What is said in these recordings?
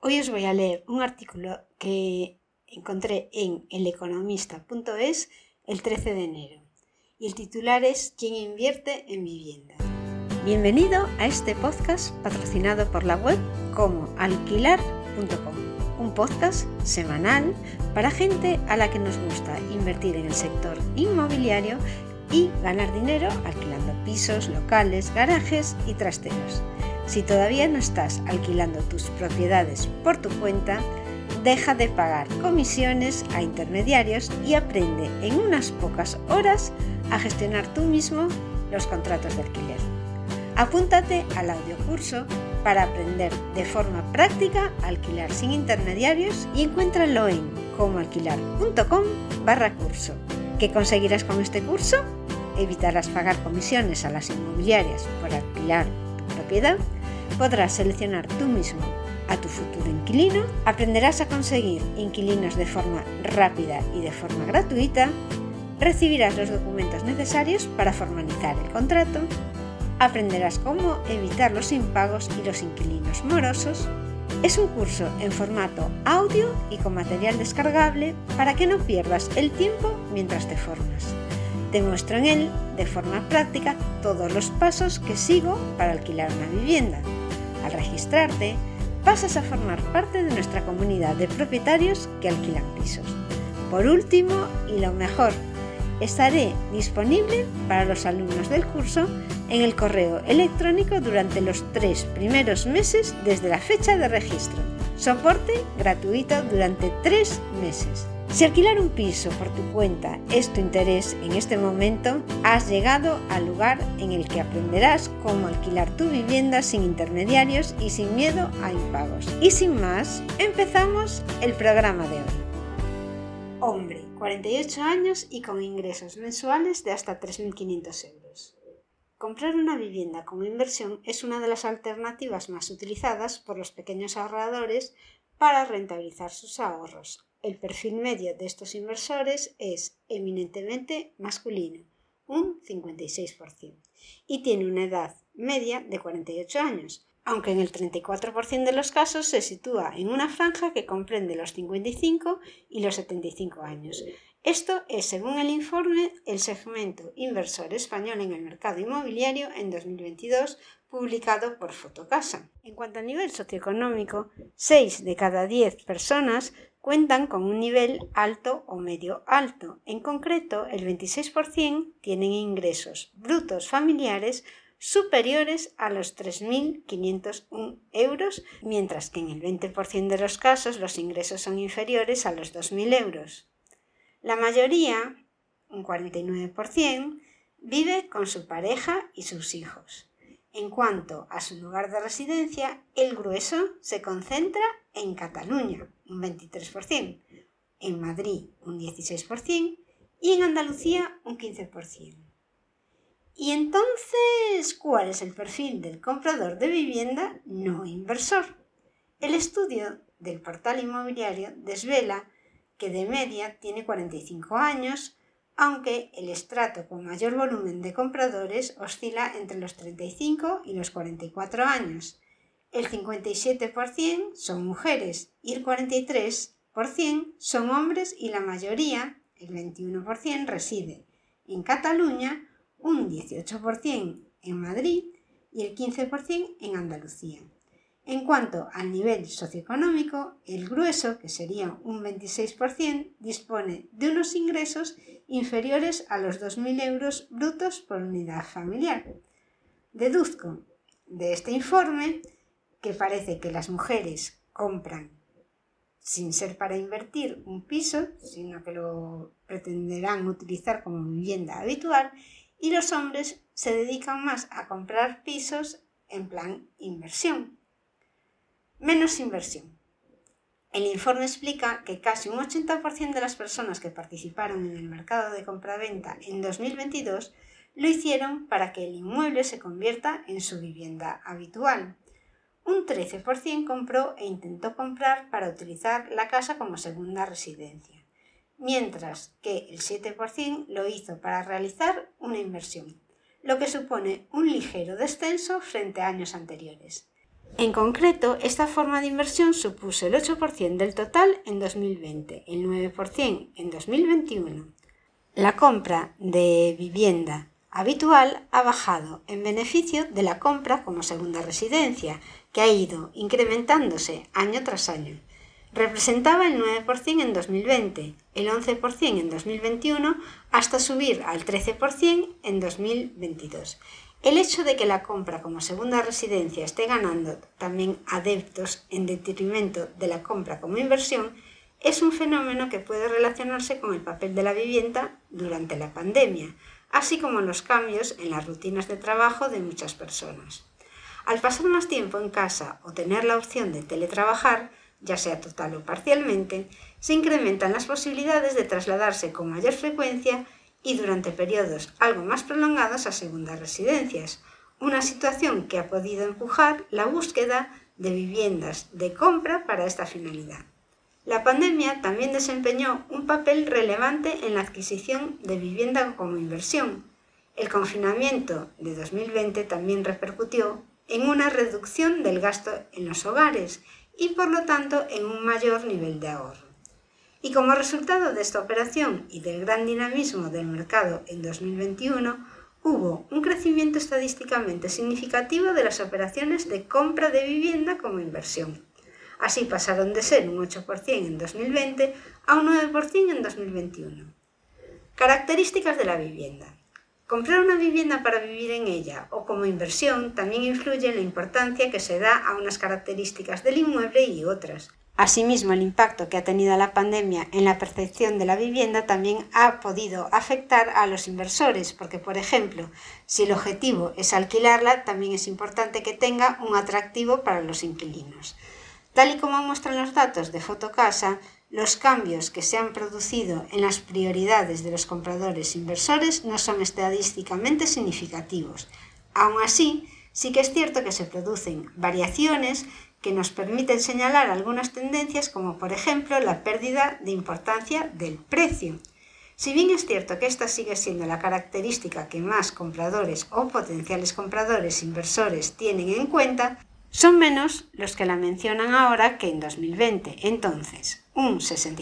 Hoy os voy a leer un artículo que encontré en eleconomista.es el 13 de enero y el titular es ¿Quién invierte en vivienda? Bienvenido a este podcast patrocinado por la web comoalquilar.com, un podcast semanal para gente a la que nos gusta invertir en el sector inmobiliario y ganar dinero alquilando pisos, locales, garajes y trasteros. Si todavía no estás alquilando tus propiedades por tu cuenta, deja de pagar comisiones a intermediarios y aprende en unas pocas horas a gestionar tú mismo los contratos de alquiler. Apúntate al audiocurso para aprender de forma práctica a alquilar sin intermediarios y encuéntralo en comoalquilar.com/curso. ¿Qué conseguirás con este curso? Evitarás pagar comisiones a las inmobiliarias por alquilar tu propiedad, podrás seleccionar tú mismo a tu futuro inquilino, aprenderás a conseguir inquilinos de forma rápida y de forma gratuita, recibirás los documentos necesarios para formalizar el contrato, aprenderás cómo evitar los impagos y los inquilinos morosos. Es un curso en formato audio y con material descargable para que no pierdas el tiempo mientras te formas. Te muestro en él, de forma práctica, todos los pasos que sigo para alquilar una vivienda. Al registrarte, pasas a formar parte de nuestra comunidad de propietarios que alquilan pisos. Por último, y lo mejor, estaré disponible para los alumnos del curso en el correo electrónico durante los 3 primeros meses desde la fecha de registro. Soporte gratuito durante 3 meses. Si alquilar un piso por tu cuenta es tu interés en este momento, has llegado al lugar en el que aprenderás cómo alquilar tu vivienda sin intermediarios y sin miedo a impagos. Y sin más, empezamos el programa de hoy. Hombre, 48 años y con ingresos mensuales de hasta 3.500 euros. Comprar una vivienda como inversión es una de las alternativas más utilizadas por los pequeños ahorradores para rentabilizar sus ahorros. El perfil medio de estos inversores es eminentemente masculino, un 56%, y tiene una edad media de 48 años, aunque en el 34% de los casos se sitúa en una franja que comprende los 55 y los 75 años. Esto es, según el informe, el segmento inversor español en el mercado inmobiliario en 2022, publicado por Fotocasa. En cuanto al nivel socioeconómico, 6 de cada 10 personas cuentan con un nivel alto o medio alto. En concreto, el 26% tienen ingresos brutos familiares superiores a los 3.501 euros, mientras que en el 20% de los casos los ingresos son inferiores a los 2.000 euros. La mayoría, un 49%, vive con su pareja y sus hijos. En cuanto a su lugar de residencia, el grueso se concentra en Cataluña, un 23%, en Madrid, un 16% y en Andalucía, un 15%. ¿Y entonces cuál es el perfil del comprador de vivienda no inversor? El estudio del portal inmobiliario desvela que de media tiene 45 años, aunque el estrato con mayor volumen de compradores oscila entre los 35 y los 44 años. El 57% son mujeres y el 43% son hombres y la mayoría, el 21%, reside en Cataluña, un 18% en Madrid y el 15% en Andalucía. En cuanto al nivel socioeconómico, el grueso, que sería un 26%, dispone de unos ingresos inferiores a los 2.000 euros brutos por unidad familiar. Deduzco de este informe que parece que las mujeres compran sin ser para invertir un piso, sino que lo pretenderán utilizar como vivienda habitual, y los hombres se dedican más a comprar pisos en plan inversión. Menos inversión. El informe explica que casi un 80% de las personas que participaron en el mercado de compraventa en 2022 lo hicieron para que el inmueble se convierta en su vivienda habitual. Un 13% compró e intentó comprar para utilizar la casa como segunda residencia, mientras que el 7% lo hizo para realizar una inversión, lo que supone un ligero descenso frente a años anteriores. En concreto, esta forma de inversión supuso el 8% del total en 2020, el 9% en 2021. La compra de vivienda habitual ha bajado en beneficio de la compra como segunda residencia, que ha ido incrementándose año tras año. Representaba el 9% en 2020, el 11% en 2021, hasta subir al 13% en 2022. El hecho de que la compra como segunda residencia esté ganando también adeptos en detrimento de la compra como inversión es un fenómeno que puede relacionarse con el papel de la vivienda durante la pandemia, así como los cambios en las rutinas de trabajo de muchas personas. Al pasar más tiempo en casa o tener la opción de teletrabajar, ya sea total o parcialmente, se incrementan las posibilidades de trasladarse con mayor frecuencia y durante periodos algo más prolongados a segundas residencias, una situación que ha podido empujar la búsqueda de viviendas de compra para esta finalidad. La pandemia también desempeñó un papel relevante en la adquisición de vivienda como inversión. El confinamiento de 2020 también repercutió en una reducción del gasto en los hogares y por lo tanto en un mayor nivel de ahorro. Y como resultado de esta operación y del gran dinamismo del mercado en 2021, hubo un crecimiento estadísticamente significativo de las operaciones de compra de vivienda como inversión. Así pasaron de ser un 8% en 2020 a un 9% en 2021. Características de la vivienda. Comprar una vivienda para vivir en ella o como inversión también influye en la importancia que se da a unas características del inmueble y otras. Asimismo, el impacto que ha tenido la pandemia en la percepción de la vivienda también ha podido afectar a los inversores, porque, por ejemplo, si el objetivo es alquilarla, también es importante que tenga un atractivo para los inquilinos. Tal y como muestran los datos de Fotocasa, los cambios que se han producido en las prioridades de los compradores inversores no son estadísticamente significativos. Aún así, sí que es cierto que se producen variaciones que nos permiten señalar algunas tendencias, como por ejemplo la pérdida de importancia del precio. Si bien es cierto que esta sigue siendo la característica que más compradores o potenciales compradores inversores tienen en cuenta, son menos los que la mencionan ahora que en 2020. Entonces, un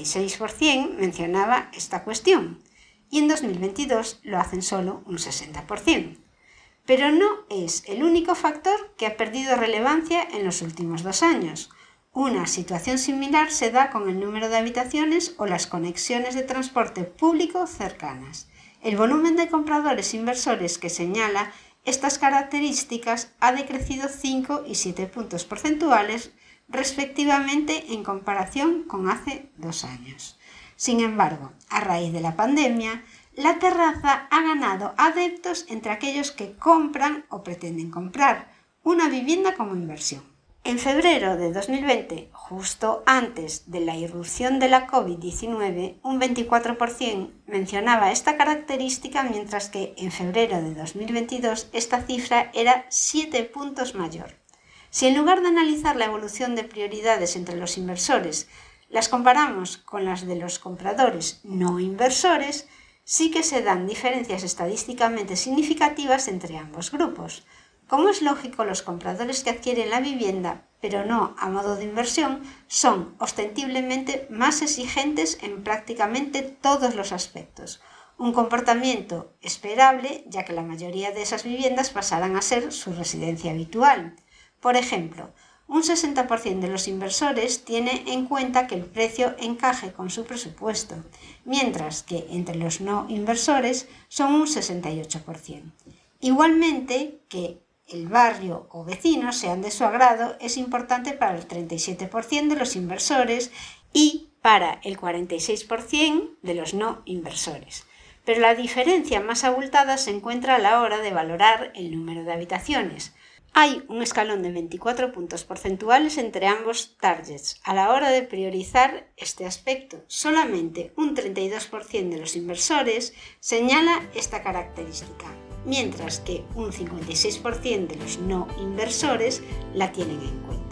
66% mencionaba esta cuestión y en 2022 lo hacen solo un 60%. Pero no es el único factor que ha perdido relevancia en los últimos 2 años. Una situación similar se da con el número de habitaciones o las conexiones de transporte público cercanas. El volumen de compradores inversores que señala estas características ha decrecido 5 y 7 puntos porcentuales respectivamente en comparación con hace 2 años. Sin embargo, a raíz de la pandemia, la terraza ha ganado adeptos entre aquellos que compran o pretenden comprar una vivienda como inversión. En febrero de 2020, justo antes de la irrupción de la COVID-19, un 24% mencionaba esta característica, mientras que en febrero de 2022 esta cifra era 7 puntos mayor. Si en lugar de analizar la evolución de prioridades entre los inversores, las comparamos con las de los compradores no inversores, sí que se dan diferencias estadísticamente significativas entre ambos grupos. Como es lógico, los compradores que adquieren la vivienda, pero no a modo de inversión, son ostensiblemente más exigentes en prácticamente todos los aspectos. Un comportamiento esperable, ya que la mayoría de esas viviendas pasarán a ser su residencia habitual. Por ejemplo, un 60% de los inversores tiene en cuenta que el precio encaje con su presupuesto, mientras que entre los no inversores son un 68%. Igualmente, que el barrio o vecinos sean de su agrado es importante para el 37% de los inversores y para el 46% de los no inversores. Pero la diferencia más abultada se encuentra a la hora de valorar el número de habitaciones. Hay un escalón de 24 puntos porcentuales entre ambos targets. A la hora de priorizar este aspecto, solamente un 32% de los inversores señala esta característica, mientras que un 56% de los no inversores la tienen en cuenta.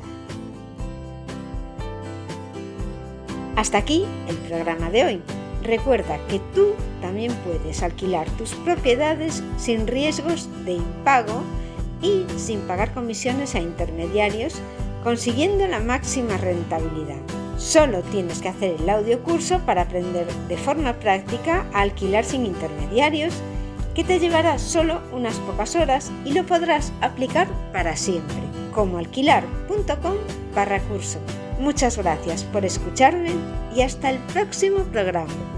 Hasta aquí el programa de hoy. Recuerda que tú también puedes alquilar tus propiedades sin riesgos de impago y sin pagar comisiones a intermediarios, consiguiendo la máxima rentabilidad. Solo tienes que hacer el audiocurso para aprender de forma práctica a alquilar sin intermediarios, que te llevará solo unas pocas horas y lo podrás aplicar para siempre, como alquilar.com/curso. Muchas gracias por escucharme y hasta el próximo programa.